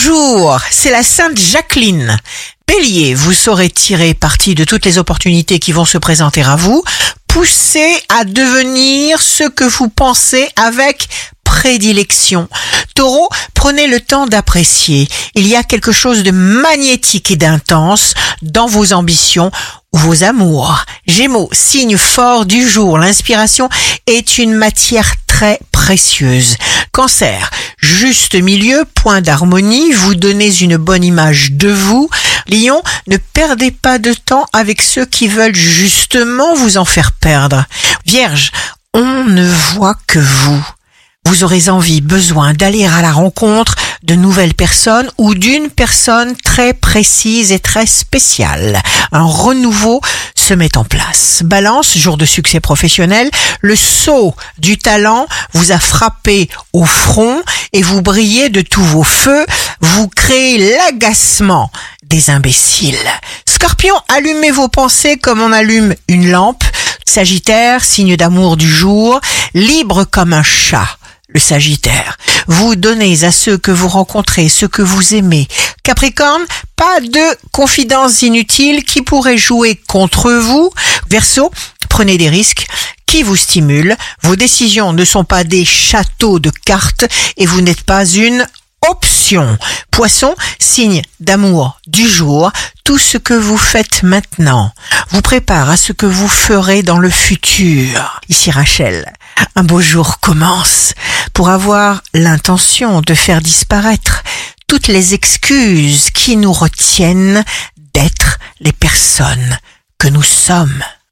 Bonjour, c'est la Sainte Jacqueline. Bélier, vous saurez tirer parti de toutes les opportunités qui vont se présenter à vous. Poussez à devenir ce que vous pensez avec prédilection. Taureau, prenez le temps d'apprécier. Il y a quelque chose de magnétique et d'intense dans vos ambitions ou vos amours. Gémeaux, signe fort du jour. L'inspiration est une matière très précieuse. Cancer, juste milieu, point d'harmonie, vous donnez une bonne image de vous. Lion, ne perdez pas de temps avec ceux qui veulent justement vous en faire perdre. Vierge, on ne voit que vous. Vous aurez envie, besoin d'aller à la rencontre de nouvelles personnes ou d'une personne très précise et très spéciale. Un renouveau se met en place. Balance, jour de succès professionnel, le sceau du talent vous a frappé au front et vous brillez de tous vos feux. Vous créez l'agacement des imbéciles. Scorpion, allumez vos pensées comme on allume une lampe. Sagittaire, signe d'amour du jour, libre comme un chat. Le Sagittaire, vous donnez à ceux que vous rencontrez ce que vous aimez. Capricorne, pas de confidences inutiles qui pourraient jouer contre vous. Verseau, prenez des risques qui vous stimulent. Vos décisions ne sont pas des châteaux de cartes et vous n'êtes pas une option. Poisson, signe d'amour du jour, tout ce que vous faites maintenant vous prépare à ce que vous ferez dans le futur. Ici Rachel, un beau jour commence pour avoir l'intention de faire disparaître toutes les excuses qui nous retiennent d'être les personnes que nous sommes.